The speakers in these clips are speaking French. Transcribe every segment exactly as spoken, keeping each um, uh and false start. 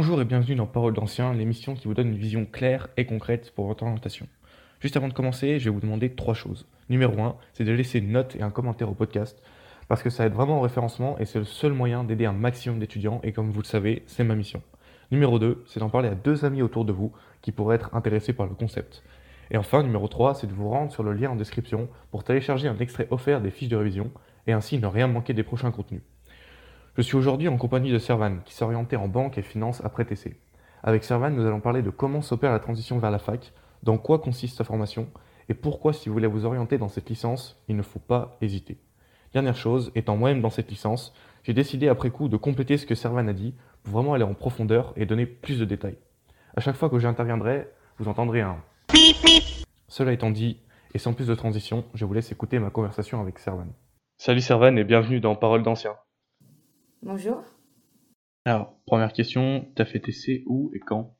Bonjour et bienvenue dans Parole d'Ancien, l'émission qui vous donne une vision claire et concrète pour votre orientation. Juste avant de commencer, je vais vous demander trois choses. Numéro un, c'est de laisser une note et un commentaire au podcast, parce que ça aide vraiment au référencement et c'est le seul moyen d'aider un maximum d'étudiants, et comme vous le savez, c'est ma mission. Numéro deux, c'est d'en parler à deux amis autour de vous qui pourraient être intéressés par le concept. Et enfin, numéro trois, c'est de vous rendre sur le lien en description pour télécharger un extrait offert des fiches de révision, et ainsi ne rien manquer des prochains contenus. Je suis aujourd'hui en compagnie de Servan, qui s'est orienté en banque et finance après T C. Avec Servan, nous allons parler de comment s'opère la transition vers la fac, dans quoi consiste sa formation, et pourquoi, si vous voulez vous orienter dans cette licence, il ne faut pas hésiter. Dernière chose, étant moi-même dans cette licence, j'ai décidé après coup de compléter ce que Servan a dit, pour vraiment aller en profondeur et donner plus de détails. À chaque fois que j'interviendrai, vous entendrez un Cela étant dit, et sans plus de transition, je vous laisse écouter ma conversation avec Servan. Salut Servan et bienvenue dans Parole d'Ancien. Bonjour. Alors, première question, t'as fait T C où et quand?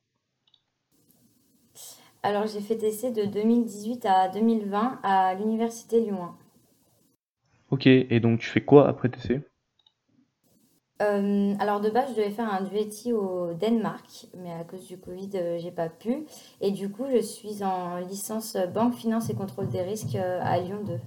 Alors, j'ai fait T C de deux mille dix-huit à deux mille vingt à l'université Lyon un. Ok, et donc tu fais quoi après T C? Euh, alors, de base, je devais faire un DUETI au Danemark, mais à cause du Covid, euh, j'ai pas pu. Et du coup, je suis en licence banque, finance et contrôle des risques euh, à Lyon deux.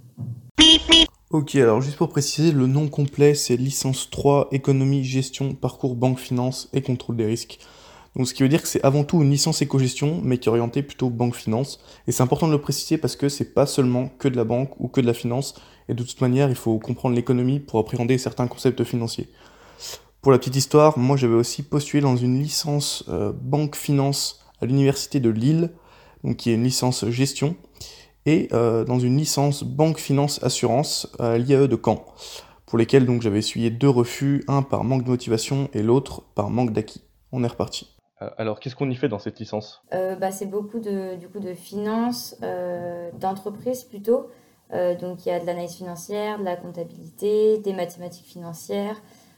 Ok, alors juste pour préciser, le nom complet c'est licence trois, économie, gestion, parcours banque, finance et contrôle des risques. Donc ce qui veut dire que c'est avant tout une licence éco-gestion, mais qui est orientée plutôt banque-finance. Et c'est important de le préciser parce que c'est pas seulement que de la banque ou que de la finance, et de toute manière il faut comprendre l'économie pour appréhender certains concepts financiers. Pour la petite histoire, moi j'avais aussi postulé dans une licence euh, banque-finance à l'université de Lille, donc qui est une licence gestion, et euh, dans une licence banque finance assurance à l'I A E de Caen, pour lesquelles donc j'avais essuyé deux refus, un par manque de motivation et l'autre par manque d'acquis. On est reparti. Euh, Alors, qu'est-ce qu'on y fait dans cette licence? Euh, bah, c'est beaucoup de, du coup, de finance, euh, d'entreprise plutôt. Euh, donc, il y a de l'analyse financière, de la comptabilité, des mathématiques financières,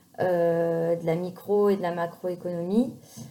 euh, de la micro et de la macroéconomie.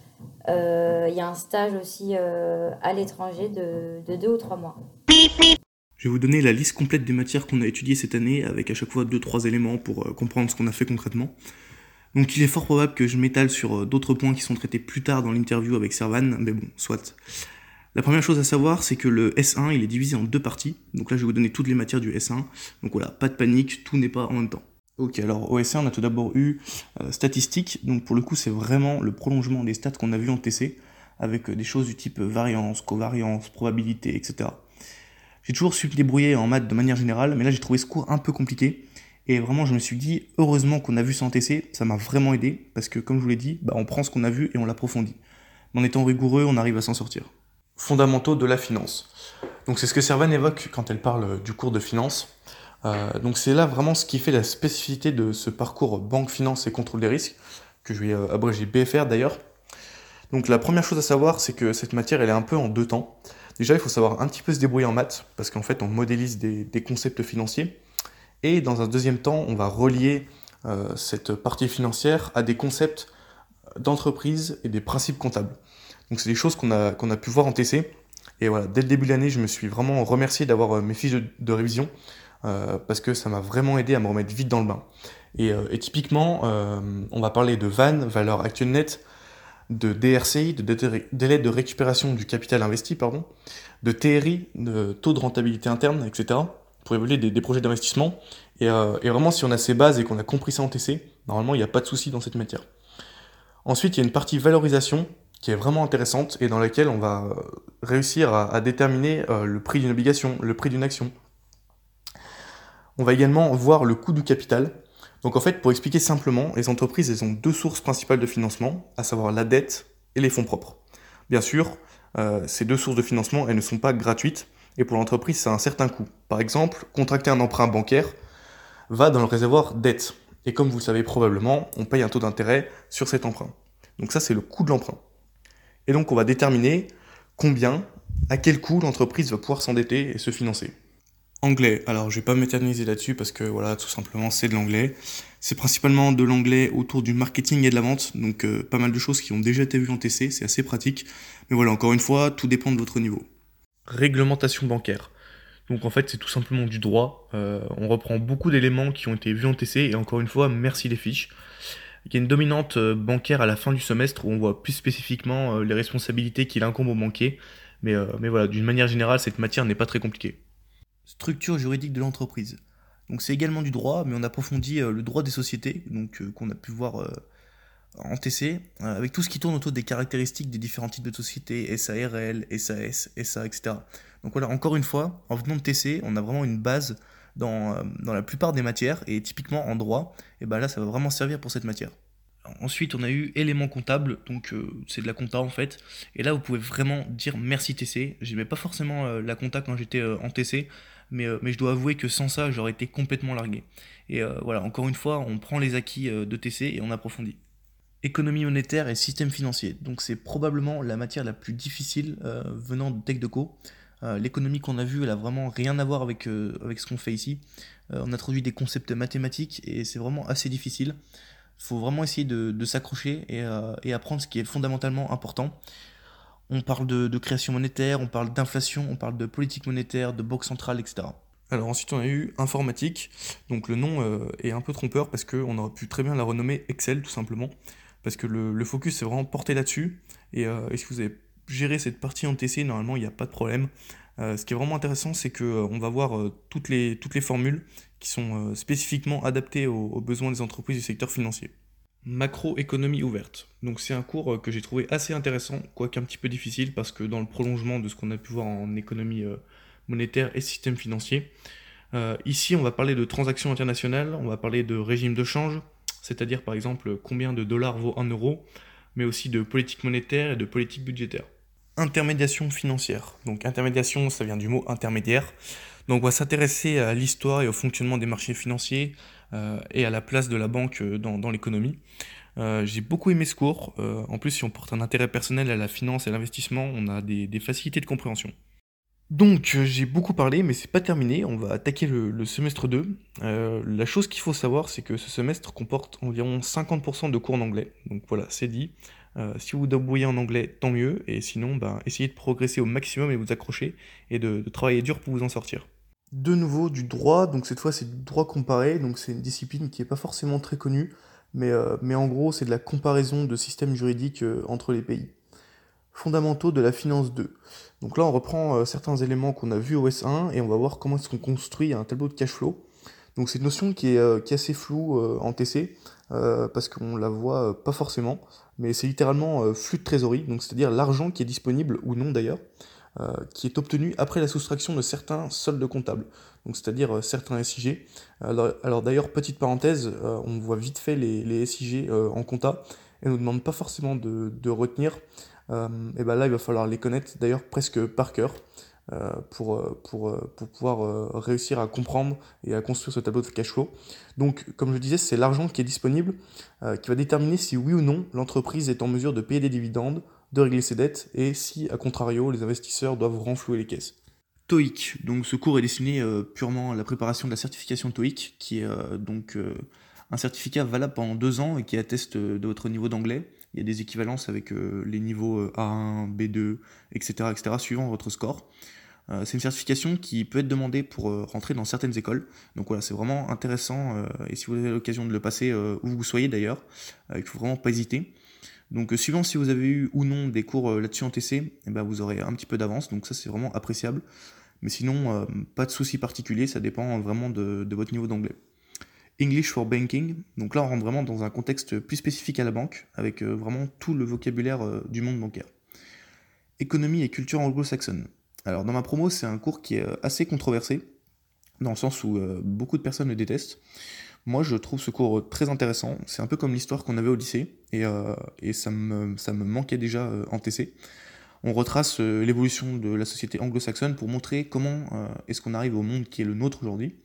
Euh, Il y a un stage aussi euh, à l'étranger de, de deux ou trois mois. Je vais vous donner la liste complète des matières qu'on a étudiées cette année, avec à chaque fois deux trois éléments pour euh, comprendre ce qu'on a fait concrètement. Donc il est fort probable que je m'étale sur euh, d'autres points qui sont traités plus tard dans l'interview avec Servan, mais bon, soit. La première chose à savoir, c'est que le S un, il est divisé en deux parties. Donc là, je vais vous donner toutes les matières du S un. Donc voilà, pas de panique, tout n'est pas en même temps. Ok, alors au S un, on a tout d'abord eu euh, statistiques. Donc pour le coup, c'est vraiment le prolongement des stats qu'on a vu en T C, avec euh, des choses du type variance, covariance, probabilité, et cetera. J'ai toujours su me débrouiller en maths de manière générale, mais là j'ai trouvé ce cours un peu compliqué. Et vraiment, je me suis dit, heureusement qu'on a vu ça en T C, ça m'a vraiment aidé, parce que comme je vous l'ai dit, bah, on prend ce qu'on a vu et on l'approfondit. Mais en étant rigoureux, on arrive à s'en sortir. Fondamentaux de la finance. Donc c'est ce que Servan évoque quand elle parle du cours de finance. Euh, donc c'est là vraiment ce qui fait la spécificité de ce parcours banque, finance et contrôle des risques, que je vais euh, abréger B F R d'ailleurs. Donc la première chose à savoir, c'est que cette matière, elle est un peu en deux temps. Déjà, il faut savoir un petit peu se débrouiller en maths, parce qu'en fait, on modélise des, des concepts financiers. Et dans un deuxième temps, on va relier euh, cette partie financière à des concepts d'entreprise et des principes comptables. Donc c'est des choses qu'on a, qu'on a pu voir en T C. Et voilà, dès le début de l'année, je me suis vraiment remercié d'avoir euh, mes fiches de, de révision, euh, parce que ça m'a vraiment aidé à me remettre vite dans le bain. Et, euh, et typiquement, euh, on va parler de V A N, valeur actuelle nette, de D R C I, de délai de récupération du capital investi, pardon, de T R I, de taux de rentabilité interne, et cetera, pour évaluer des, des projets d'investissement. Et, euh, et vraiment, si on a ces bases et qu'on a compris ça en T C, normalement, il n'y a pas de souci dans cette matière. Ensuite, il y a une partie valorisation qui est vraiment intéressante et dans laquelle on va réussir à, à déterminer euh, le prix d'une obligation, le prix d'une action. On va également voir le coût du capital. Donc en fait, pour expliquer simplement, les entreprises, elles ont deux sources principales de financement, à savoir la dette et les fonds propres. Bien sûr, euh, ces deux sources de financement, elles ne sont pas gratuites, et pour l'entreprise, ça a un certain coût. Par exemple, contracter un emprunt bancaire va dans le réservoir dette. Et comme vous le savez probablement, on paye un taux d'intérêt sur cet emprunt. Donc ça, c'est le coût de l'emprunt. Et donc on va déterminer combien, à quel coût l'entreprise va pouvoir s'endetter et se financer. Anglais, alors je vais pas m'éterniser là-dessus parce que voilà, tout simplement c'est de l'anglais. C'est principalement de l'anglais autour du marketing et de la vente, donc euh, pas mal de choses qui ont déjà été vues en T C, c'est assez pratique. Mais voilà, encore une fois, tout dépend de votre niveau. Réglementation bancaire. Donc en fait, c'est tout simplement du droit. Euh, on reprend beaucoup d'éléments qui ont été vus en T C, et encore une fois, merci les fiches. Il y a une dominante euh, bancaire à la fin du semestre où on voit plus spécifiquement euh, les responsabilités qu'il incombe aux banquiers. Mais, euh, mais voilà, d'une manière générale, cette matière n'est pas très compliquée. Structure juridique de l'entreprise. Donc c'est également du droit, mais on approfondit euh, le droit des sociétés, donc euh, qu'on a pu voir euh, en T C, euh, avec tout ce qui tourne autour des caractéristiques des différents types de sociétés, S A R L, S A S, S A, et cetera. Donc voilà, encore une fois, en venant de T C, on a vraiment une base dans, euh, dans la plupart des matières, et typiquement en droit, et ben là ça va vraiment servir pour cette matière. Ensuite, on a eu éléments comptables, donc euh, c'est de la compta en fait. Et là, vous pouvez vraiment dire merci T C. J'aimais pas forcément euh, la compta quand j'étais euh, en T C, mais, euh, mais je dois avouer que sans ça, j'aurais été complètement largué. Et euh, voilà, encore une fois, on prend les acquis euh, de T C et on approfondit. Économie monétaire et système financier. Donc c'est probablement la matière la plus difficile euh, venant de TechDeco. Euh, L'économie qu'on a vue, elle a vraiment rien à voir avec, euh, avec ce qu'on fait ici. Euh, on a introduit des concepts mathématiques et c'est vraiment assez difficile. Il faut vraiment essayer de, de s'accrocher et, euh, et apprendre ce qui est fondamentalement important. On parle de, de création monétaire, on parle d'inflation, on parle de politique monétaire, de banque centrale, et cetera. Alors ensuite on a eu informatique, donc le nom euh, est un peu trompeur parce qu'on aurait pu très bien la renommer Excel tout simplement, parce que le, le focus est vraiment porté là-dessus, et, euh, et si vous avez géré cette partie en T C, normalement il n'y a pas de problème. Euh, ce qui est vraiment intéressant, c'est qu'on va voir euh, toutes, les, toutes les formules qui sont euh, spécifiquement adaptées aux, aux besoins des entreprises du secteur financier. Macroéconomie ouverte. Donc c'est un cours euh, que j'ai trouvé assez intéressant, quoique un petit peu difficile, parce que dans le prolongement de ce qu'on a pu voir en économie euh, monétaire et système financier, euh, ici on va parler de transactions internationales, on va parler de régime de change, c'est-à-dire par exemple combien de dollars vaut un euro, mais aussi de politique monétaire et de politique budgétaire. Intermédiation financière. Donc intermédiation, ça vient du mot intermédiaire. Donc on va s'intéresser à l'histoire et au fonctionnement des marchés financiers euh, et à la place de la banque dans, dans l'économie. Euh, j'ai beaucoup aimé ce cours. Euh, en plus, si on porte un intérêt personnel à la finance et à l'investissement, on a des, des facilités de compréhension. Donc euh, j'ai beaucoup parlé, mais c'est pas terminé. On va attaquer le, le semestre deux. Euh, la chose qu'il faut savoir, c'est que ce semestre comporte environ cinquante pour cent de cours en anglais. Donc voilà, c'est dit. Euh, si vous vous débrouillez en anglais, tant mieux. Et sinon, ben, essayez de progresser au maximum et vous accrocher et de, de travailler dur pour vous en sortir. De nouveau, du droit. Donc cette fois, c'est du droit comparé. Donc c'est une discipline qui n'est pas forcément très connue. Mais, euh, mais en gros, c'est de la comparaison de systèmes juridiques euh, entre les pays. Fondamentaux de la finance deux. Donc là, on reprend euh, certains éléments qu'on a vus au S un et on va voir comment est-ce qu'on construit un tableau de cash flow. Donc c'est une notion qui est, euh, qui est assez floue euh, en T C euh, parce qu'on la voit euh, pas forcément, mais c'est littéralement euh, flux de trésorerie, donc c'est-à-dire l'argent qui est disponible ou non d'ailleurs, euh, qui est obtenu après la soustraction de certains soldes comptables, donc c'est-à-dire euh, certains S I G. Alors, alors d'ailleurs, petite parenthèse, euh, on voit vite fait les, les S I G euh, en compta et on ne nous demande pas forcément de, de retenir. Euh, et ben là, il va falloir les connaître d'ailleurs presque par cœur euh, pour, pour, pour pouvoir euh, réussir à comprendre et à construire ce tableau de cash flow. Donc, comme je disais, c'est l'argent qui est disponible euh, qui va déterminer si oui ou non l'entreprise est en mesure de payer des dividendes, de régler ses dettes et si, à contrario, les investisseurs doivent renflouer les caisses. TOEIC, donc ce cours est destiné euh, purement à la préparation de la certification TOEIC, qui est euh, donc euh, un certificat valable pendant deux ans et qui atteste de votre niveau d'anglais. Il y a des équivalences avec euh, les niveaux euh, A un, B deux, et cetera, et cetera, suivant votre score. Euh, c'est une certification qui peut être demandée pour euh, rentrer dans certaines écoles. Donc voilà, c'est vraiment intéressant. Euh, et si vous avez l'occasion de le passer, euh, où vous soyez d'ailleurs, euh, il ne faut vraiment pas hésiter. Donc euh, suivant si vous avez eu ou non des cours euh, là-dessus en T C, eh ben, vous aurez un petit peu d'avance. Donc ça, c'est vraiment appréciable. Mais sinon, euh, pas de souci particulier, ça dépend vraiment de, de votre niveau d'anglais. English for Banking, donc là on rentre vraiment dans un contexte plus spécifique à la banque, avec euh, vraiment tout le vocabulaire euh, du monde bancaire. Économie et culture anglo-saxonne. Alors dans ma promo, c'est un cours qui est euh, assez controversé, dans le sens où euh, beaucoup de personnes le détestent. Moi je trouve ce cours très intéressant, c'est un peu comme l'histoire qu'on avait au lycée, et, euh, et ça, me, ça me manquait déjà euh, en T C. On retrace euh, l'évolution de la société anglo-saxonne pour montrer comment euh, est-ce qu'on arrive au monde qui est le nôtre aujourd'hui.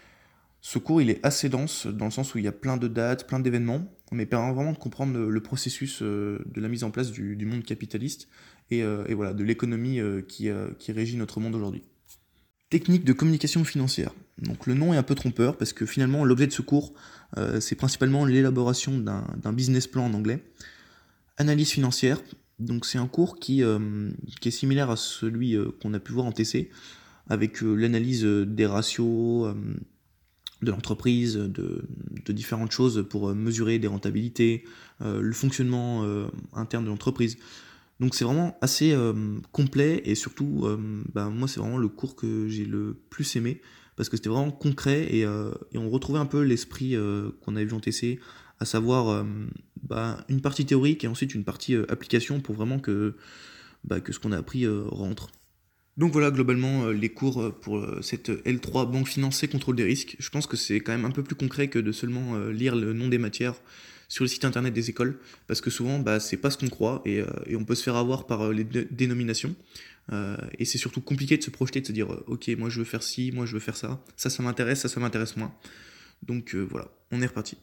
Ce cours, il est assez dense, dans le sens où il y a plein de dates, plein d'événements, mais permet vraiment de comprendre le processus de la mise en place du, du monde capitaliste et, euh, et voilà, de l'économie euh, qui, euh, qui régit notre monde aujourd'hui. Technique de communication financière. Donc le nom est un peu trompeur, parce que finalement, l'objet de ce cours, euh, c'est principalement l'élaboration d'un, d'un business plan en anglais. Analyse financière. Donc c'est un cours qui, euh, qui est similaire à celui euh, qu'on a pu voir en T C, avec euh, l'analyse des ratios, euh, de l'entreprise, de, de différentes choses pour euh, mesurer des rentabilités, euh, le fonctionnement euh, interne de l'entreprise. Donc c'est vraiment assez euh, complet et surtout, euh, bah, moi c'est vraiment le cours que j'ai le plus aimé parce que c'était vraiment concret et, euh, et on retrouvait un peu l'esprit euh, qu'on avait vu en T C, à savoir euh, bah, une partie théorique et ensuite une partie euh, application pour vraiment que, bah, que ce qu'on a appris euh, rentre. Donc voilà globalement euh, les cours euh, pour euh, cette L trois banque financée contrôle des risques. Je pense que c'est quand même un peu plus concret que de seulement euh, lire le nom des matières sur le site internet des écoles, parce que souvent bah, c'est pas ce qu'on croit et, euh, et on peut se faire avoir par euh, les dé- dénominations. Euh, et c'est surtout compliqué de se projeter, de se dire euh, ok moi je veux faire ci, moi je veux faire ça, ça ça m'intéresse, ça ça m'intéresse moins. Donc euh, voilà, on est reparti.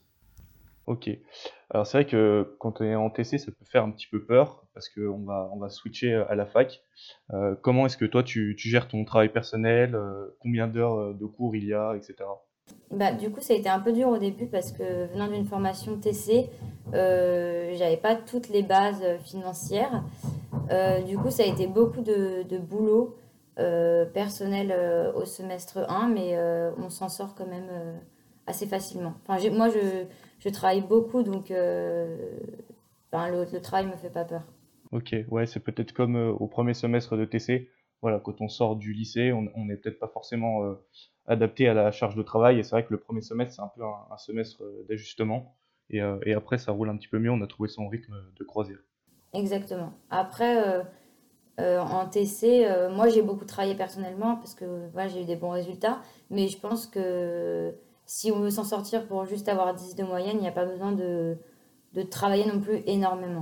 Ok. Alors c'est vrai que quand on est en T C, ça peut faire un petit peu peur parce qu'on va, on va switcher à la fac. Euh, comment est-ce que toi tu, tu gères ton travail personnel, euh, combien d'heures euh, de cours il y a, et cetera. Bah, du coup, ça a été un peu dur au début parce que venant d'une formation T C, euh, j'avais pas toutes les bases euh, financières. Euh, du coup, ça a été beaucoup de, de boulot euh, personnel euh, au semestre un, mais euh, on s'en sort quand même euh, assez facilement. Enfin, j'ai- moi, je, je travaille beaucoup, donc euh, enfin, le, le travail me fait pas peur. Ok, ouais, c'est peut-être comme euh, au premier semestre de T C. Voilà, quand on sort du lycée, on on n'est peut-être pas forcément euh, adapté à la charge de travail. Et c'est vrai que le premier semestre, c'est un peu un, un semestre euh, d'ajustement. Et, euh, et après, ça roule un petit peu mieux. On a trouvé son rythme de croisière. Exactement. Après, euh, euh, en T C, euh, moi, j'ai beaucoup travaillé personnellement parce que voilà, j'ai eu des bons résultats, mais je pense que si on veut s'en sortir pour juste avoir dix de moyenne, il n'y a pas besoin de, de travailler non plus énormément.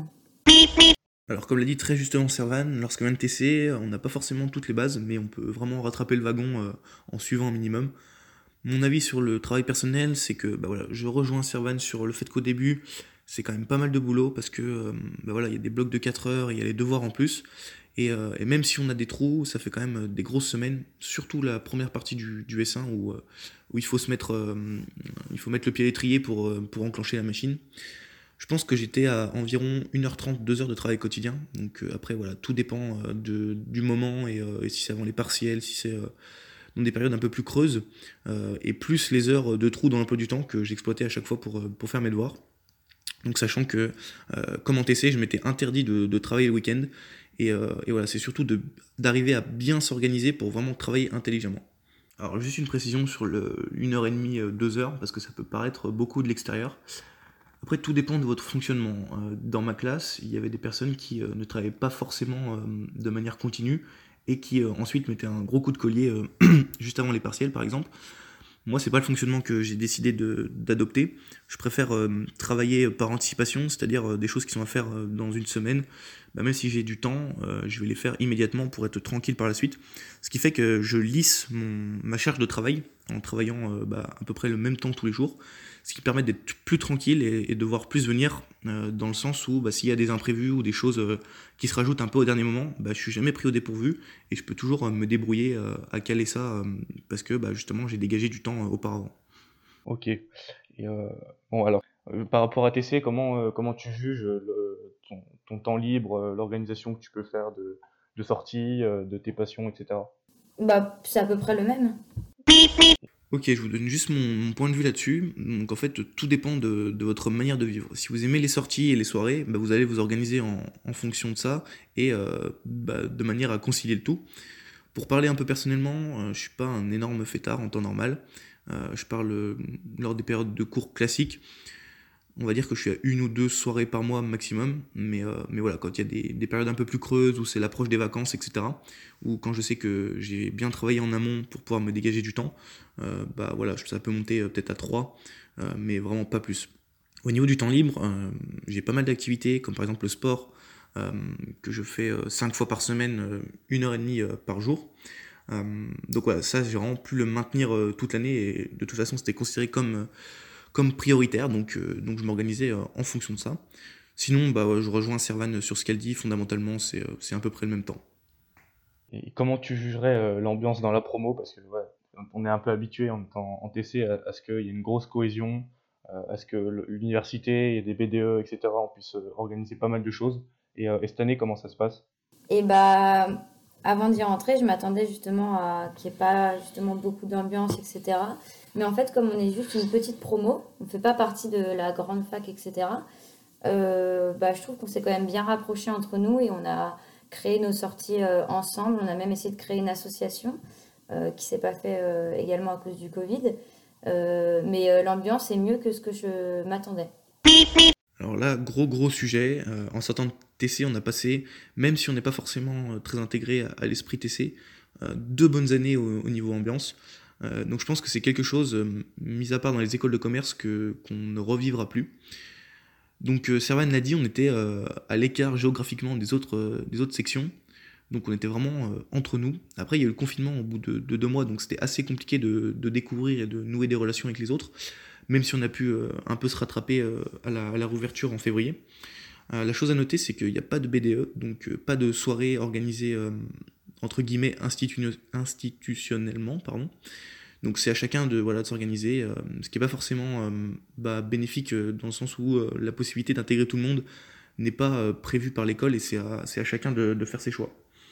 Alors comme l'a dit très justement Servan, lorsqu'on vient de T C, on n'a pas forcément toutes les bases, mais on peut vraiment rattraper le wagon euh, en suivant un minimum. Mon avis sur le travail personnel, c'est que bah voilà, je rejoins Servan sur le fait qu'au début, c'est quand même pas mal de boulot parce que euh, bah voilà, il y a des blocs de quatre heures, il y a les devoirs en plus. Et, euh, et même si on a des trous, ça fait quand même euh, des grosses semaines, surtout la première partie du, du S un où, euh, où il faut se mettre, euh, il faut mettre le pied à l'étrier pour, euh, pour enclencher la machine. Je pense que j'étais à environ une heure trente, deux heures de travail quotidien. Donc euh, après, voilà, tout dépend euh, de, du moment et, euh, et si c'est avant les partiels, si c'est euh, dans des périodes un peu plus creuses, euh, et plus les heures de trou dans l'emploi du temps que j'exploitais à chaque fois pour, euh, pour faire mes devoirs. Donc sachant que, euh, comme en T C, je m'étais interdit de, de travailler le week-end. Et, euh, et voilà, c'est surtout de, d'arriver à bien s'organiser pour vraiment travailler intelligemment. Alors juste une précision sur le une heure trente, euh, deux heures, parce que ça peut paraître beaucoup de l'extérieur. Après, tout dépend de votre fonctionnement. Euh, Dans ma classe, il y avait des personnes qui euh, ne travaillaient pas forcément euh, de manière continue et qui euh, ensuite mettaient un gros coup de collier euh, juste avant les partiels, par exemple. Moi, c'est pas le fonctionnement que j'ai décidé de- d'adopter. Je préfère euh, travailler par anticipation, c'est-à-dire euh, des choses qui sont à faire euh, dans une semaine. Bah, même si j'ai du temps, euh, je vais les faire immédiatement pour être tranquille par la suite. Ce qui fait que je lisse mon, ma charge de travail en travaillant euh, bah, à peu près le même temps tous les jours. Ce qui permet d'être plus tranquille et, et de voir plus venir, euh, dans le sens où bah, s'il y a des imprévus ou des choses euh, qui se rajoutent un peu au dernier moment, bah, je suis jamais pris au dépourvu et je peux toujours euh, me débrouiller euh, à caler ça euh, parce que bah, justement j'ai dégagé du temps euh, auparavant. Ok. Et, euh, bon, alors, euh, par rapport à T C, comment, euh, comment tu juges le, ton, ton temps libre, euh, l'organisation que tu peux faire de, de sortie, euh, de tes passions, et cetera. Bah, c'est à peu près le même. Ok, je vous donne juste mon, mon point de vue là-dessus. Donc en fait, tout dépend de, de votre manière de vivre. Si vous aimez les sorties et les soirées, bah, vous allez vous organiser en, en fonction de ça et euh, bah, de manière à concilier le tout. Pour parler un peu personnellement, euh, je suis pas un énorme fêtard en temps normal. Euh, je parle euh, lors des périodes de cours classiques. On va dire que je suis à une ou deux soirées par mois maximum, mais, euh, mais voilà, quand il y a des, des périodes un peu plus creuses, où c'est l'approche des vacances, et cetera, ou quand je sais que j'ai bien travaillé en amont pour pouvoir me dégager du temps, euh, bah voilà, ça peut monter euh, peut-être à trois, euh, mais vraiment pas plus. Au niveau du temps libre, euh, j'ai pas mal d'activités, comme par exemple le sport, euh, que je fais euh, cinq fois par semaine, euh, une heure et demie euh, par jour. Euh, donc voilà, ça j'ai vraiment pu le maintenir euh, toute l'année, et de toute façon c'était considéré comme... euh, comme prioritaire, donc, euh, donc je m'organisais euh, en fonction de ça. Sinon, bah, ouais, je rejoins Servan sur ce qu'elle dit, fondamentalement, c'est euh, c'est à peu près le même temps. Et comment tu jugerais euh, l'ambiance dans la promo? Parce que ouais, on est un peu habitué en étant en T C à, à ce qu'il y ait une grosse cohésion, euh, à ce que le- l'université, il y ait des B D E, et cetera, on puisse euh, organiser pas mal de choses. Et, euh, et cette année, comment ça se passe? Et bah, avant d'y rentrer, je m'attendais justement à qu'il n'y ait pas justement beaucoup d'ambiance, et cetera. Mais en fait, comme on est juste une petite promo, on ne fait pas partie de la grande fac, et cetera, euh, bah, je trouve qu'on s'est quand même bien rapprochés entre nous et on a créé nos sorties euh, ensemble. On a même essayé de créer une association euh, qui ne s'est pas fait euh, également à cause du Covid. Euh, mais euh, l'ambiance est mieux que ce que je m'attendais. Alors là, gros gros sujet, euh, en sortant de T C, on a passé, même si on n'est pas forcément euh, très intégré à, à l'esprit T C, euh, deux bonnes années au, au niveau ambiance. Euh, donc je pense que c'est quelque chose, euh, mis à part dans les écoles de commerce, que, qu'on ne revivra plus. Donc euh, Servan l'a dit, on était euh, à l'écart géographiquement des autres, euh, des autres sections. Donc on était vraiment euh, entre nous. Après il y a eu le confinement au bout de, de deux mois, donc c'était assez compliqué de, de découvrir et de nouer des relations avec les autres, même si on a pu euh, un peu se rattraper euh, à, la, à la rouverture en février. Euh, la chose à noter, c'est qu'il n'y a pas de B D E, donc euh, pas de soirée organisée euh, entre guillemets institu- institutionnellement, pardon. Donc c'est à chacun de, voilà, de s'organiser, euh, ce qui n'est pas forcément euh, bah, bénéfique euh, dans le sens où euh, la possibilité d'intégrer tout le monde n'est pas euh, prévue par l'école et c'est à, c'est à chacun de, de faire ses choix.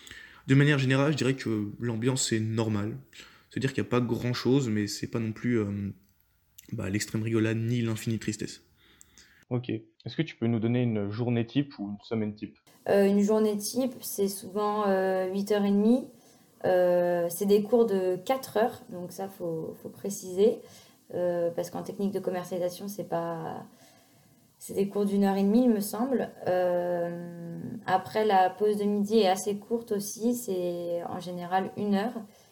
De manière générale, je dirais que l'ambiance est normale. C'est-à-dire qu'il n'y a pas grand-chose, mais c'est pas non plus euh, bah, l'extrême rigolade ni l'infinie tristesse. Ok. Est-ce que tu peux nous donner une journée type ou une semaine type? Euh, une journée type, c'est souvent euh, huit heures trente. Euh, c'est des cours de quatre heures, donc ça, il faut, faut préciser. Euh, parce qu'en technique de commercialisation, c'est pas... c'est des cours d'une heure et demie, il me semble. Euh, après, la pause de midi est assez courte aussi, c'est en général une heure.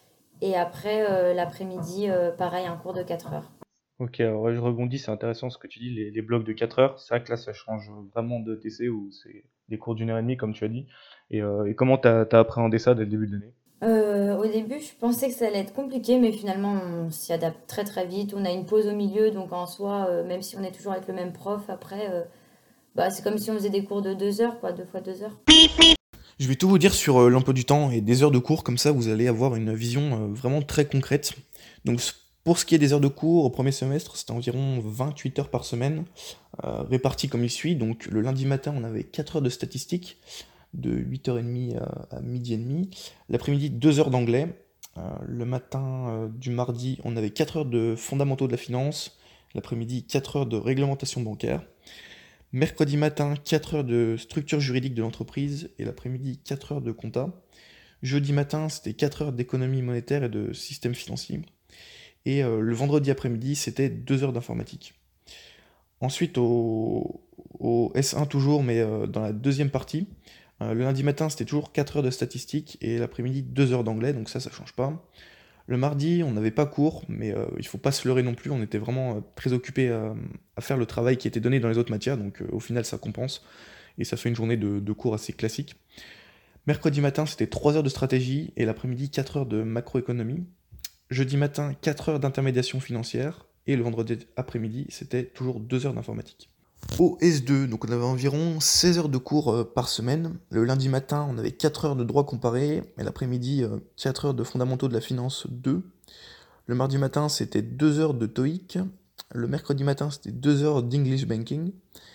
Et après, euh, l'après-midi, euh, pareil, un cours de quatre heures. Ok, alors ouais, je rebondis, c'est intéressant ce que tu dis, les, les blocs de quatre heures. C'est vrai que là, ça change vraiment de T C où c'est des cours d'une heure et demie, comme tu as dit. Et, euh, et comment t'as, t'as appréhendé ça dès le début de l'année? Euh, au début, je pensais que ça allait être compliqué, mais finalement, on s'y adapte très très vite. On a une pause au milieu, donc en soi, euh, même si on est toujours avec le même prof, après, euh, bah, c'est comme si on faisait des cours de deux heures, quoi, deux fois deux heures. Je vais tout vous dire sur euh, l'emploi du temps et des heures de cours, comme ça vous allez avoir une vision euh, vraiment très concrète. Donc pour ce qui est des heures de cours, au premier semestre, c'était environ vingt-huit heures par semaine, euh, réparties comme il suit. Donc le lundi matin, on avait quatre heures de statistiques, de huit heures trente à, à midi et demi. L'après-midi, deux heures d'anglais. Euh, le matin euh, du mardi, on avait quatre heures de fondamentaux de la finance. L'après-midi, quatre heures de réglementation bancaire. Mercredi matin, quatre heures de structure juridique de l'entreprise et l'après-midi, quatre heures de compta. Jeudi matin, c'était quatre heures d'économie monétaire et de système financier. Et euh, le vendredi après-midi, c'était deux heures d'informatique. Ensuite, au, au S un toujours, mais euh, dans la deuxième partie, euh, le lundi matin, c'était toujours quatre heures de statistique et l'après-midi, deux heures d'anglais, donc ça, ça change pas. Le mardi, on n'avait pas cours, mais euh, il faut pas se leurrer non plus, on était vraiment euh, très occupés à, à faire le travail qui était donné dans les autres matières, donc euh, au final ça compense, et ça fait une journée de, de cours assez classique. Mercredi matin, c'était trois heures de stratégie, et l'après-midi, quatre heures de macroéconomie. Jeudi matin, quatre heures d'intermédiation financière, et le vendredi après-midi, c'était toujours deux heures d'informatique. Au S deux, donc on avait environ seize heures de cours euh, par semaine. Le lundi matin, on avait quatre heures de droit comparé, et l'après-midi, euh, quatre heures de fondamentaux de la finance deux. Le mardi matin, c'était deux heures de TOEIC. Le mercredi matin, c'était deux heures d'English Banking.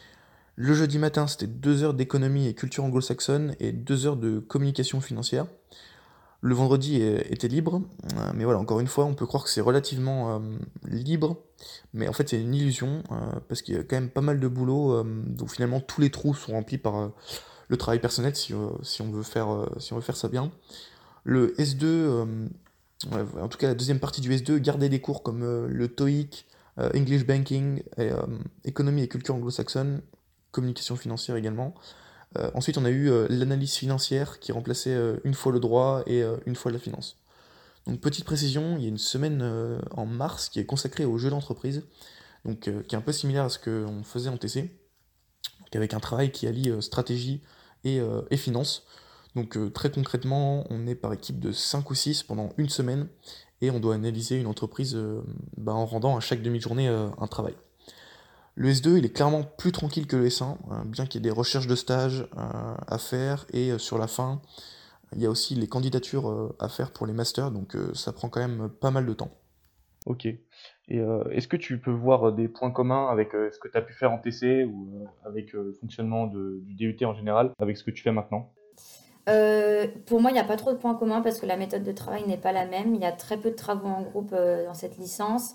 Le jeudi matin, c'était deux heures d'économie et culture anglo-saxonne et deux heures de communication financière. Le vendredi était libre, euh, mais voilà, encore une fois, on peut croire que c'est relativement euh, libre, mais en fait c'est une illusion, euh, parce qu'il y a quand même pas mal de boulot, euh, donc finalement tous les trous sont remplis par euh, le travail personnel si, euh, si, on veut faire, euh, si on veut faire ça bien. Le S deux, euh, ouais, en tout cas la deuxième partie du S deux, gardait des cours comme euh, le TOEIC, euh, English Banking, et, euh, économie et culture anglo-saxonne, communication financière également. Euh, ensuite, on a eu euh, l'analyse financière qui remplaçait euh, une fois le droit et euh, une fois la finance. Donc, petite précision, il y a une semaine euh, en mars qui est consacrée au jeu d'entreprise, donc euh, qui est un peu similaire à ce qu'on faisait en T C, donc avec un travail qui allie euh, stratégie et, euh, et finance. Donc, euh, très concrètement, on est par équipe de cinq ou six pendant une semaine et on doit analyser une entreprise euh, bah, en rendant à chaque demi-journée euh, un travail. Le S deux, il est clairement plus tranquille que le S un, euh, bien qu'il y ait des recherches de stage euh, à faire, et euh, sur la fin, il y a aussi les candidatures euh, à faire pour les masters, donc euh, ça prend quand même pas mal de temps. Ok. Et euh, est-ce que tu peux voir des points communs avec euh, ce que tu as pu faire en T C ou euh, avec euh, le fonctionnement de- du D U T en général, avec ce que tu fais maintenant? Euh, pour moi, il n'y a pas trop de points communs parce que la méthode de travail n'est pas la même. Il y a très peu de travaux en groupe euh, dans cette licence.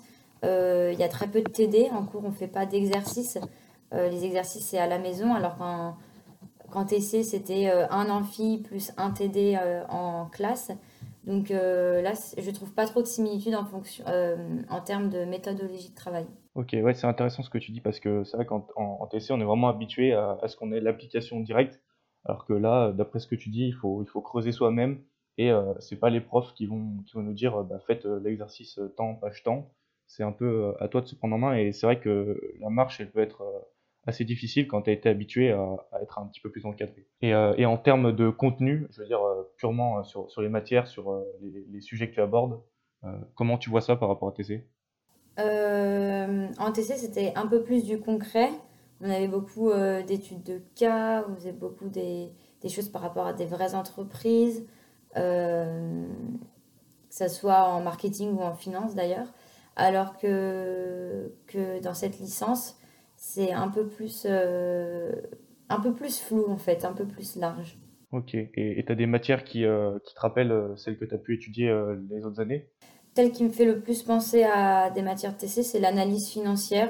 Euh, Il y a très peu de T D. En cours, on ne fait pas d'exercices. Euh, les exercices, c'est à la maison, alors qu'en qu'en T C, c'était euh, un amphi plus un T D euh, en classe. Donc euh, là, c- je trouve pas trop de similitudes en fonction, euh, en termes de méthodologie de travail. Ok, ouais, c'est intéressant ce que tu dis parce que c'est vrai qu'en en, en T C, on est vraiment habitué à, à ce qu'on ait l'application directe, alors que là, d'après ce que tu dis, il faut, il faut creuser soi-même et euh, c'est pas les profs qui vont, qui vont nous dire, euh, bah, faites euh, l'exercice euh, temps, page temps. C'est un peu euh, à toi de se prendre en main et c'est vrai que la marche, elle peut être euh, assez difficile quand tu as été habitué à, à être un petit peu plus encadré. Et, euh, et en termes de contenu, je veux dire euh, purement euh, sur, sur les matières, sur euh, les, les sujets que tu abordes, euh, comment tu vois ça par rapport à T C? Euh, en T C, c'était un peu plus du concret. On avait beaucoup euh, d'études de cas, on faisait beaucoup des, des choses par rapport à des vraies entreprises, euh, que ça soit en marketing ou en finance d'ailleurs. Alors que, que dans cette licence, c'est un peu plus, euh, un peu plus flou en fait, un peu plus large. Ok. Et tu as des matières qui, euh, qui te rappellent euh, celles que tu as pu étudier euh, les autres années? Celle qui me fait le plus penser à des matières T C, c'est l'analyse financière.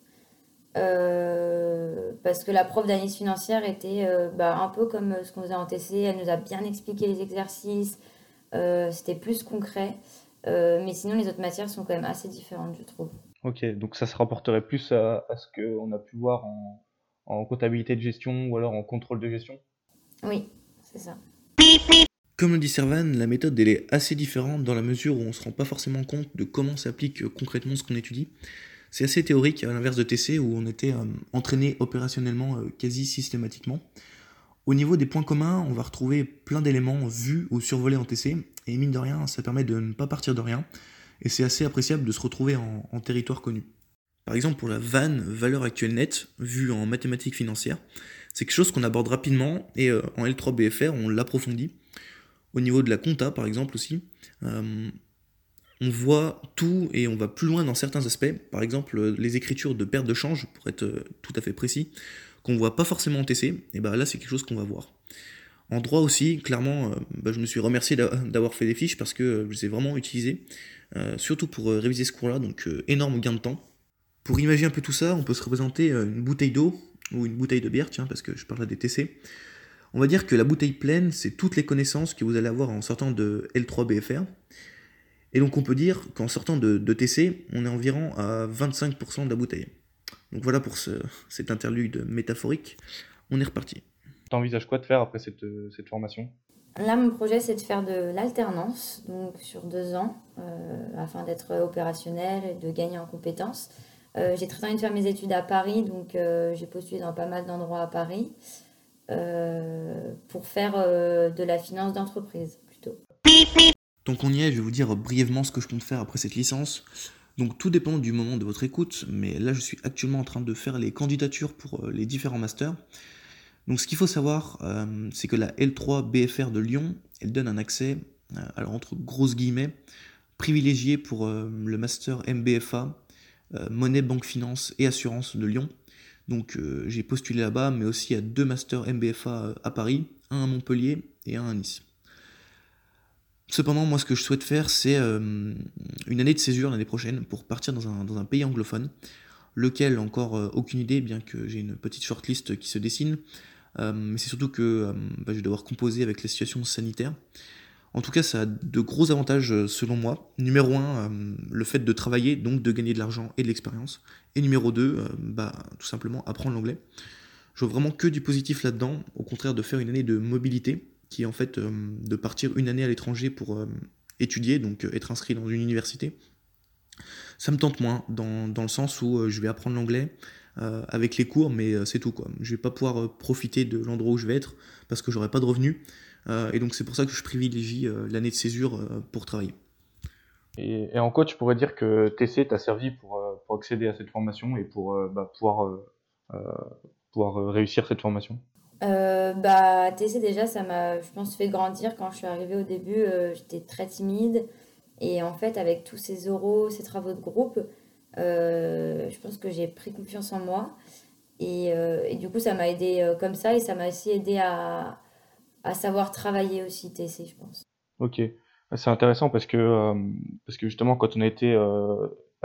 Euh, parce que la prof d'analyse financière était euh, bah, un peu comme ce qu'on faisait en T C. Elle nous a bien expliqué les exercices. Euh, c'était plus concret. Euh, mais sinon, les autres matières sont quand même assez différentes, je trouve. Ok, donc ça se rapporterait plus à, à ce qu'on a pu voir en, en comptabilité de gestion ou alors en contrôle de gestion? Oui, c'est ça. Comme le dit Servan, la méthode elle est assez différente dans la mesure où on ne se rend pas forcément compte de comment s'applique euh, concrètement ce qu'on étudie. C'est assez théorique à l'inverse de T C où on était euh, entraîné opérationnellement euh, quasi systématiquement. Au niveau des points communs, on va retrouver plein d'éléments vus ou survolés en T C, et mine de rien, ça permet de ne pas partir de rien, et c'est assez appréciable de se retrouver en, en territoire connu. Par exemple, pour la V A N, valeur actuelle nette, vue en mathématiques financières, c'est quelque chose qu'on aborde rapidement, et euh, en L trois B F R, on l'approfondit. Au niveau de la compta, par exemple aussi, euh, on voit tout et on va plus loin dans certains aspects. Par exemple, euh, les écritures de perte de change, pour être euh, tout à fait précis, qu'on voit pas forcément en T C, et ben là c'est quelque chose qu'on va voir. En droit aussi, clairement, euh, bah, je me suis remercié d'a- d'avoir fait des fiches parce que euh, je les ai vraiment utilisées, euh, surtout pour euh, réviser ce cours-là, donc euh, énorme gain de temps. Pour imaginer un peu tout ça, on peut se représenter euh, une bouteille d'eau ou une bouteille de bière, tiens, parce que je parle là des T C. On va dire que la bouteille pleine, c'est toutes les connaissances que vous allez avoir en sortant de L trois B F R. Et donc on peut dire qu'en sortant de, de T C, on est environ à vingt-cinq pour cent de la bouteille. Donc voilà pour ce, cet interlude métaphorique. On est reparti. T'envisages quoi de faire après cette, euh, cette formation? Là, mon projet, c'est de faire de l'alternance, donc sur deux ans, euh, afin d'être opérationnel et de gagner en compétences. Euh, j'ai très envie de faire mes études à Paris, donc euh, j'ai postulé dans pas mal d'endroits à Paris euh, pour faire euh, de la finance d'entreprise plutôt. Donc on y est, je vais vous dire brièvement ce que je compte faire après cette licence. Donc tout dépend du moment de votre écoute, mais là je suis actuellement en train de faire les candidatures pour euh, les différents masters. Donc ce qu'il faut savoir, euh, c'est que la L trois B F R de Lyon, elle donne un accès, euh, alors entre grosses guillemets, privilégié pour euh, le master M B F A, euh, monnaie, banque, finance et assurance de Lyon. Donc euh, j'ai postulé là-bas, mais aussi à deux masters M B F A euh, à Paris, un à Montpellier et un à Nice. Cependant, moi, ce que je souhaite faire, c'est euh, une année de césure l'année prochaine pour partir dans un, dans un pays anglophone, lequel, encore euh, aucune idée, bien que j'ai une petite shortlist qui se dessine. Euh, mais c'est surtout que euh, bah, je vais devoir composer avec la situation sanitaire. En tout cas, ça a de gros avantages euh, selon moi. Numéro un, euh, le fait de travailler, donc de gagner de l'argent et de l'expérience. Et numéro deux, euh, bah, tout simplement apprendre l'anglais. Je vois vraiment que du positif là-dedans, au contraire de faire une année de mobilité, qui est en fait euh, de partir une année à l'étranger pour euh, étudier, donc euh, être inscrit dans une université. Ça me tente moins, dans, dans le sens où euh, je vais apprendre l'anglais euh, avec les cours, mais euh, c'est tout quoi. Je vais pas pouvoir euh, profiter de l'endroit où je vais être, parce que j'aurai pas de revenus, euh, et donc c'est pour ça que je privilégie euh, l'année de césure euh, pour travailler. Et, et en quoi tu pourrais dire que T C t'a servi pour, euh, pour accéder à cette formation et pour euh, bah, pouvoir, euh, euh, pouvoir euh, réussir cette formation? Euh, bah, T C déjà, ça m'a, je pense, fait grandir. Quand je suis arrivée au début, euh, j'étais très timide. Et en fait, avec tous ces oraux, ces travaux de groupe, euh, je pense que j'ai pris confiance en moi. Et, euh, et du coup, ça m'a aidé euh, comme ça. Et ça m'a aussi aidé à, à savoir travailler aussi, T C, je pense. Ok. Ouais, c'est intéressant parce que, euh, parce que justement, quand on a été euh,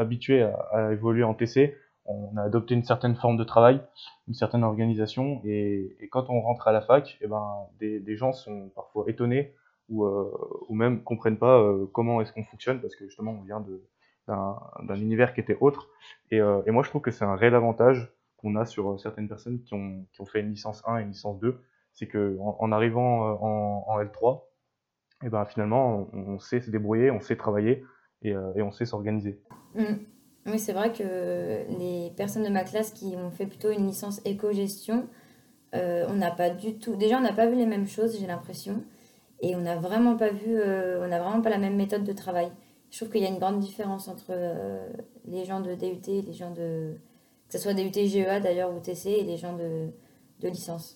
habitué à, à évoluer en T C, on a adopté une certaine forme de travail, une certaine organisation, et, et quand on rentre à la fac, eh ben, des, des gens sont parfois étonnés ou, euh, ou même comprennent pas euh, comment est-ce qu'on fonctionne, parce que justement on vient de, d'un, d'un univers qui était autre. Et, euh, et moi je trouve que c'est un réel avantage qu'on a sur certaines personnes qui ont, qui ont fait une licence un et une licence deux, c'est que en, en arrivant euh, en, en L trois, et ben finalement on, on sait se débrouiller, on sait travailler et, euh, et on sait s'organiser. Mm. Oui, c'est vrai que les personnes de ma classe qui ont fait plutôt une licence éco-gestion, euh, on n'a pas du tout. Déjà, on n'a pas vu les mêmes choses, j'ai l'impression. Et on n'a vraiment pas vu. Euh, on n'a vraiment pas la même méthode de travail. Je trouve qu'il y a une grande différence entre euh, les gens de D U T et les gens de. Que ce soit D U T G E A d'ailleurs ou T C et les gens de, de licence.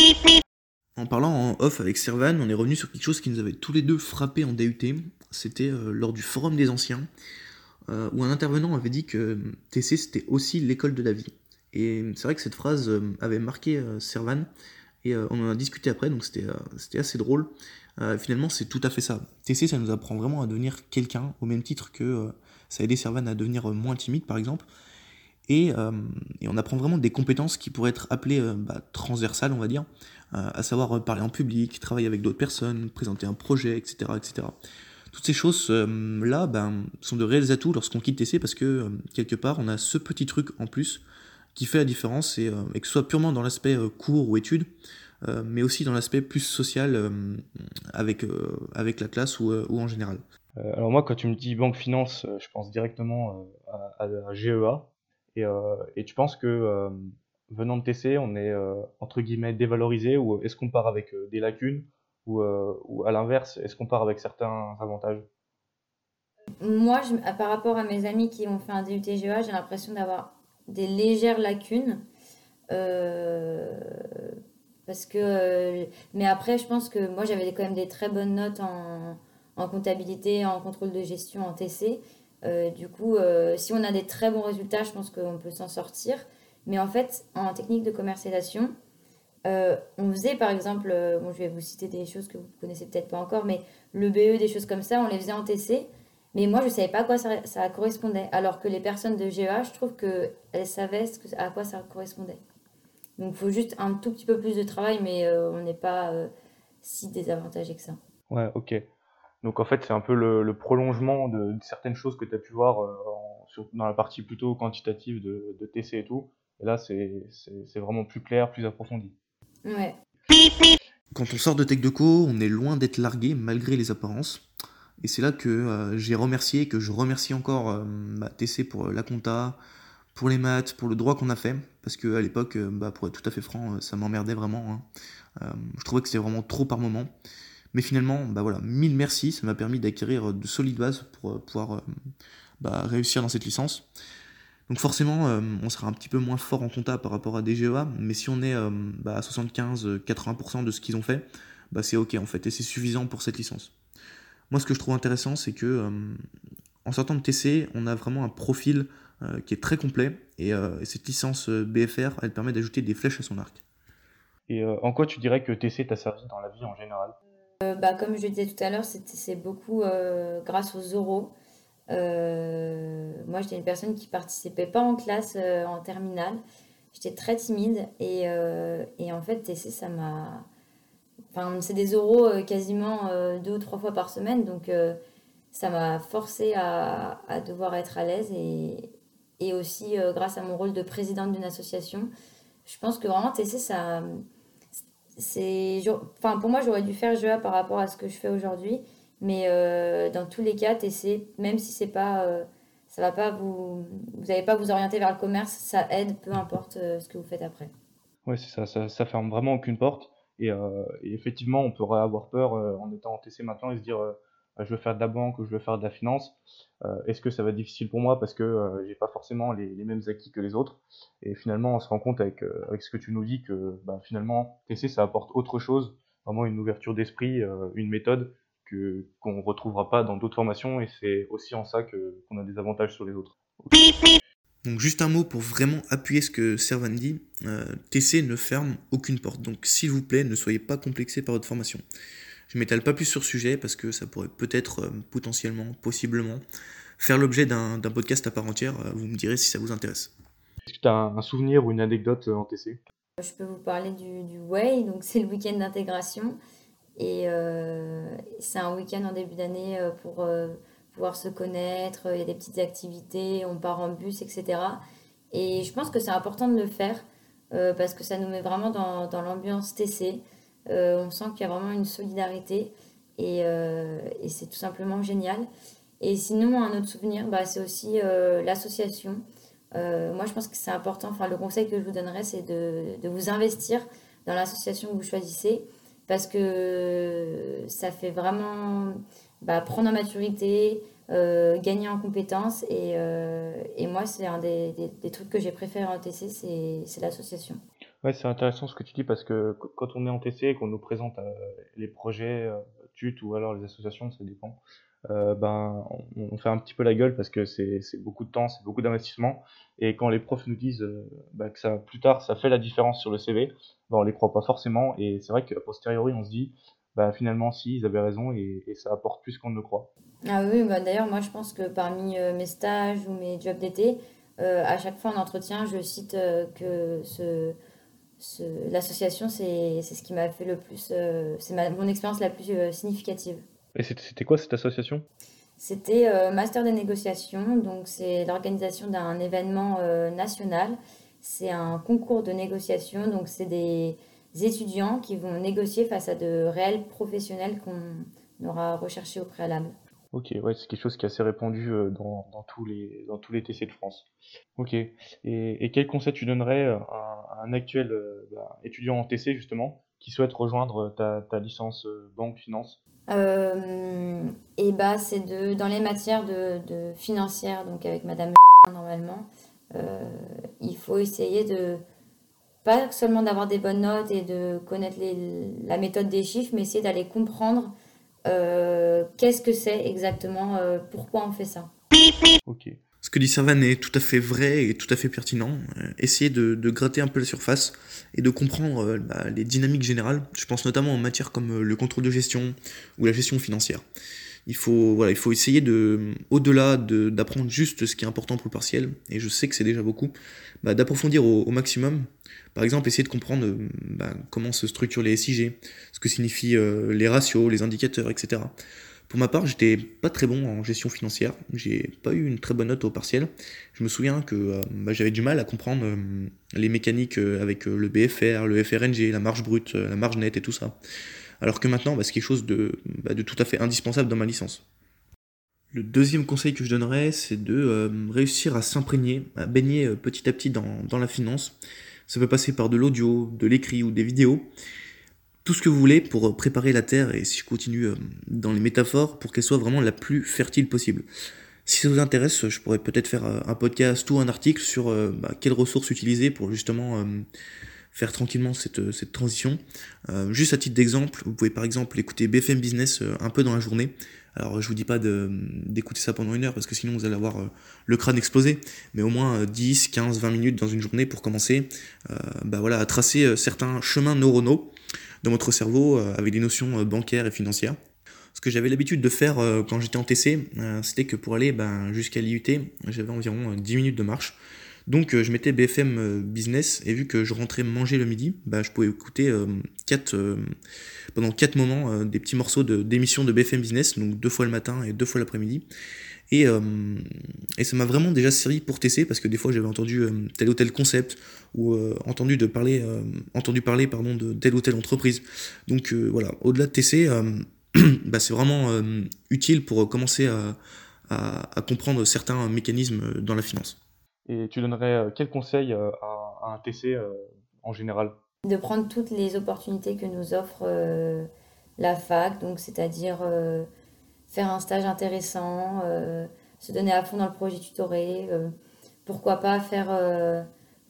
En parlant en off avec Servan, on est revenu sur quelque chose qui nous avait tous les deux frappé en D U T. C'était euh, lors du forum des anciens, euh, où un intervenant avait dit que T C c'était aussi l'école de la vie. Et c'est vrai que cette phrase euh, avait marqué euh, Servan, et euh, on en a discuté après, donc c'était, euh, c'était assez drôle. Euh, finalement, c'est tout à fait ça. T C, ça nous apprend vraiment à devenir quelqu'un, au même titre que euh, ça a aidé Servan à devenir euh, moins timide, par exemple. Et, euh, et on apprend vraiment des compétences qui pourraient être appelées euh, bah, transversales, on va dire, euh, à savoir euh, parler en public, travailler avec d'autres personnes, présenter un projet, et cetera, et cetera. Toutes ces choses-là ben, sont de réels atouts lorsqu'on quitte T C parce que, euh, quelque part, on a ce petit truc en plus qui fait la différence, et, euh, et que ce soit purement dans l'aspect euh, cours ou études, euh, mais aussi dans l'aspect plus social euh, avec, euh, avec la classe ou, euh, ou en général. Euh, alors moi, quand tu me dis banque finance, euh, je pense directement euh, à, à- à G E A. Et, euh, et tu penses que euh, venant de T C, on est euh, entre guillemets dévalorisé, ou est-ce qu'on part avec euh, des lacunes, ou, euh, ou à l'inverse, est-ce qu'on part avec certains avantages? Moi, je- par rapport à mes amis qui ont fait un D U T G E A, j'ai l'impression d'avoir des légères lacunes. Euh, parce que, euh, mais après, je pense que moi, j'avais quand même des très bonnes notes en, en comptabilité, en contrôle de gestion, en T C. Euh, du coup, euh, si on a des très bons résultats, je pense qu'on peut s'en sortir. Mais en fait, en technique de commercialisation, euh, on faisait par exemple, euh, bon, je vais vous citer des choses que vous connaissez peut-être pas encore, mais le B E, des choses comme ça, on les faisait en T C. Mais moi, je savais pas à quoi ça, ça correspondait. Alors que les personnes de G E A, je trouve qu'elles savaient ce que- à quoi ça correspondait. Donc, il faut juste un tout petit peu plus de travail, mais euh, on n'est pas euh, si désavantagé que ça. Ouais, ok. Donc en fait, c'est un peu le, le prolongement de, de certaines choses que tu as pu voir euh, en- sur- dans la partie plutôt quantitative de, de T C et tout. Et là, c'est c'est- c'est vraiment plus clair, plus approfondi. Ouais. Quand on sort de TechDeco, on est loin d'être largué malgré les apparences. Et c'est là que euh, j'ai remercié, que je remercie encore euh, bah, T C pour euh, la compta, pour les maths, pour le droit qu'on a fait. Parce qu'à l'époque, euh, bah, pour être tout à fait franc, euh, ça m'emmerdait vraiment, hein. Euh, je trouvais que c'était vraiment trop par moment. Mais finalement, bah voilà, mille merci, ça m'a permis d'acquérir de solides bases pour euh, pouvoir euh, bah, réussir dans cette licence. Donc forcément, euh, on sera un petit peu moins fort en compta par rapport à des G E A, mais si on est euh, bah, à soixante-quinze à quatre-vingts pour cent de ce qu'ils ont fait, bah, c'est ok en fait, et c'est suffisant pour cette licence. Moi, ce que je trouve intéressant, c'est que euh, en sortant de T C, on a vraiment un profil euh, qui est très complet, et, euh, et cette licence euh, B F R, elle permet d'ajouter des flèches à son arc. Et euh, en quoi tu dirais que T C t'a servi dans la vie en général? Euh, bah, comme je le disais tout à l'heure, c'est c'est beaucoup euh, grâce aux oraux. Euh, moi, j'étais une personne qui participait pas en classe euh, en terminale. J'étais très timide et, euh, et en fait, T C, ça m'a. Enfin, c'est des oraux euh, quasiment euh, deux ou trois fois par semaine, donc euh, ça m'a forcé à, à devoir être à l'aise et, et aussi euh, grâce à mon rôle de présidente d'une association, je pense que vraiment T C, ça, c'est, enfin, pour moi, j'aurais dû faire G E A par rapport à ce que je fais aujourd'hui. Mais euh, dans tous les cas, T C, même si c'est pas, euh, ça va pas vous, vous n'allez pas vous orienter vers le commerce, ça aide, peu importe euh, ce que vous faites après. Ouais, c'est ça, ça, ça ferme vraiment aucune porte. Et, euh, et effectivement, on pourrait avoir peur euh, en étant en T C maintenant et se dire euh, euh, je veux faire de la banque ou je veux faire de la finance. Euh, est-ce que ça va être difficile pour moi parce que euh, j'ai pas forcément les, les mêmes acquis que les autres? Et finalement, on se rend compte avec, euh, avec ce que tu nous dis que bah, finalement, T C, ça apporte autre chose, vraiment une ouverture d'esprit, euh, une méthode que qu'on retrouvera pas dans d'autres formations. Et c'est aussi en ça que qu'on a des avantages sur les autres. Donc juste un mot pour vraiment appuyer ce que Servan dit, euh, T C ne ferme aucune porte, donc s'il vous plaît ne soyez pas complexé par votre formation. Je m'étale pas plus sur ce sujet parce que ça pourrait peut-être, euh, potentiellement, possiblement, faire l'objet d'un, d'un podcast à part entière. Euh, Vous me direz si ça vous intéresse. Est-ce que tu as un, un souvenir ou une anecdote euh, en T C? Je peux vous parler du, du Way, donc c'est le week-end d'intégration. Et euh, c'est un week-end en début d'année euh, pour euh, pouvoir se connaître. Il y a des petites activités, on part en bus, et cetera. Et je pense que c'est important de le faire euh, parce que ça nous met vraiment dans, dans l'ambiance T C. Euh, on sent qu'il y a vraiment une solidarité et, euh, et c'est tout simplement génial. Et sinon, un autre souvenir, bah, c'est aussi euh, l'association. Euh, moi, je pense que c'est important. Enfin, le conseil que je vous donnerais, c'est de, de vous investir dans l'association que vous choisissez parce que ça fait vraiment bah, prendre en maturité, euh, gagner en compétences. Et, euh, et moi, c'est un des, des- des trucs que j'ai préféré en T C, c'est c'est l'association. Ouais, c'est intéressant ce que tu dis parce que qu- quand on est en T C et qu'on nous présente euh, les projets, euh, T U T ou alors les associations, ça dépend, euh, ben, on, on fait un petit peu la gueule parce que c'est c'est beaucoup de temps, c'est beaucoup d'investissement. Et quand les profs nous disent euh, bah, que ça, plus tard, ça fait la différence sur le C V, ben, on les croit pas forcément. Et c'est vrai qu'à posteriori, on se dit, bah, finalement, si, ils avaient raison et, et ça apporte plus qu'on ne le croit. Ah oui, bah d'ailleurs, moi je pense que parmi euh, mes stages ou mes jobs d'été, euh, à chaque fois en entretien, je cite euh, que ce, ce- l'association, c'est, c'est ce qui m'a fait le plus, euh, c'est ma- mon expérience la plus euh, significative. Et c'était c'était quoi cette association? C'était euh, Master des négociations, donc c'est l'organisation d'un événement euh, national. C'est un concours de négociation, donc c'est des étudiants qui vont négocier face à de réels professionnels qu'on aura recherchés au préalable. Ok, ouais, c'est quelque chose qui est assez répandu euh, dans, dans tous les, dans tous les T C de France. Ok. Et, et quel conseil tu donnerais euh, à, à un actuel euh, bah, étudiant en T C, justement, qui souhaite rejoindre ta, ta licence euh, banque finance? Euh, et bah, c'est de, dans les matières de, de financières, donc avec Madame normalement, euh, il faut essayer de, pas seulement d'avoir des bonnes notes et de connaître les- la méthode des chiffres, mais essayer d'aller comprendre euh, qu'est-ce que c'est exactement, euh, pourquoi on fait ça. Ok. Ce que dit Servan est tout à fait vrai et tout à fait pertinent. Euh, essayez de, de gratter un peu la surface et de comprendre euh, bah, les dynamiques générales. Je pense notamment en matière comme euh, le contrôle de gestion ou la gestion financière. Il faut, voilà, il faut essayer de, au-delà de, d'apprendre juste ce qui est important pour le partiel, et je sais que c'est déjà beaucoup, bah, d'approfondir au, au maximum. Par exemple, essayer de comprendre euh, bah, comment se structurent les S I G, ce que signifient euh, les ratios, les indicateurs, et cetera. Pour ma part, j'étais pas très bon en gestion financière, j'ai pas eu une très bonne note au partiel. Je me souviens que euh, bah, j'avais du mal à comprendre euh, les mécaniques euh, avec euh, le B F R, le F R N G, la marge brute, euh, la marge nette et tout ça. Alors que maintenant, bah, c'est quelque chose de, bah, de tout à fait indispensable dans ma licence. Le deuxième conseil que je donnerais, c'est de euh, réussir à s'imprégner, à baigner euh, petit à petit dans, dans la finance. Ça peut passer par de l'audio, de l'écrit ou des vidéos. Tout ce que vous voulez pour euh, préparer la Terre, et si je continue euh, dans les métaphores, pour qu'elle soit vraiment la plus fertile possible. Si ça vous intéresse, je pourrais peut-être faire euh, un podcast ou un article sur euh, bah, quelles ressources utiliser pour justement euh, faire tranquillement cette, cette transition. Euh, juste à titre d'exemple, vous pouvez par exemple écouter B F M Business euh, un peu dans la journée. Alors je vous dis pas de, d'écouter ça pendant une heure parce que sinon vous allez avoir euh, le crâne explosé, mais au moins euh, dix, quinze, vingt minutes dans une journée pour commencer euh, bah voilà, à tracer euh, certains chemins neuronaux dans votre cerveau euh, avec des notions euh, bancaires et financières. Ce que j'avais l'habitude de faire euh, quand j'étais en T C, euh, c'était que pour aller ben, jusqu'à l'I U T, j'avais environ euh, dix minutes de marche. Donc euh, je mettais B F M euh, Business et vu que je rentrais manger le midi, bah, je pouvais écouter euh, quatre, euh, pendant quatre moments euh, des petits morceaux de, d'émissions de B F M Business, donc deux fois le matin et deux fois l'après-midi. Et, euh, et ça m'a vraiment déjà servi pour T C parce que des fois j'avais entendu euh, tel ou tel concept ou euh, entendu, de parler, euh, entendu parler pardon, de telle ou telle entreprise. Donc euh, voilà, au-delà de T C, euh, bah, c'est vraiment euh, utile pour commencer à, à, à comprendre certains mécanismes dans la finance. Et tu donnerais euh, quel conseil euh, à, à un T C euh, en général? De prendre toutes les opportunités que nous offre euh, la fac, donc c'est-à-dire euh, faire un stage intéressant, euh, se donner à fond dans le projet tutoré, euh, pourquoi pas faire euh,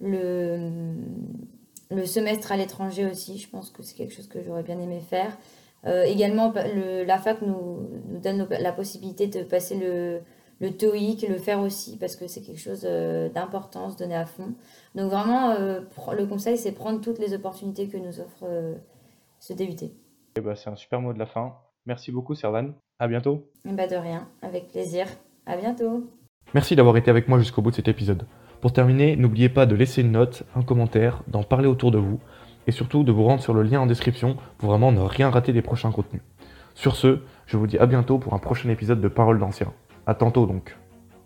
le, le semestre à l'étranger aussi, je pense que c'est quelque chose que j'aurais bien aimé faire. Euh, également, le, la fac nous, nous donne la possibilité de passer le, le TOEIC, le faire aussi, parce que c'est quelque chose euh, d'important, se donner à fond. Donc vraiment, euh, le conseil, c'est prendre toutes les opportunités que nous offre euh, ce D U T. Eh ben, c'est un super mot de la fin. Merci beaucoup, Servan. À bientôt. Et bah de rien, avec plaisir. À bientôt. Merci d'avoir été avec moi jusqu'au bout de cet épisode. Pour terminer, n'oubliez pas de laisser une note, un commentaire, d'en parler autour de vous, et surtout de vous rendre sur le lien en description pour vraiment ne rien rater des prochains contenus. Sur ce, je vous dis à bientôt pour un prochain épisode de Paroles d'Anciens. À tantôt donc.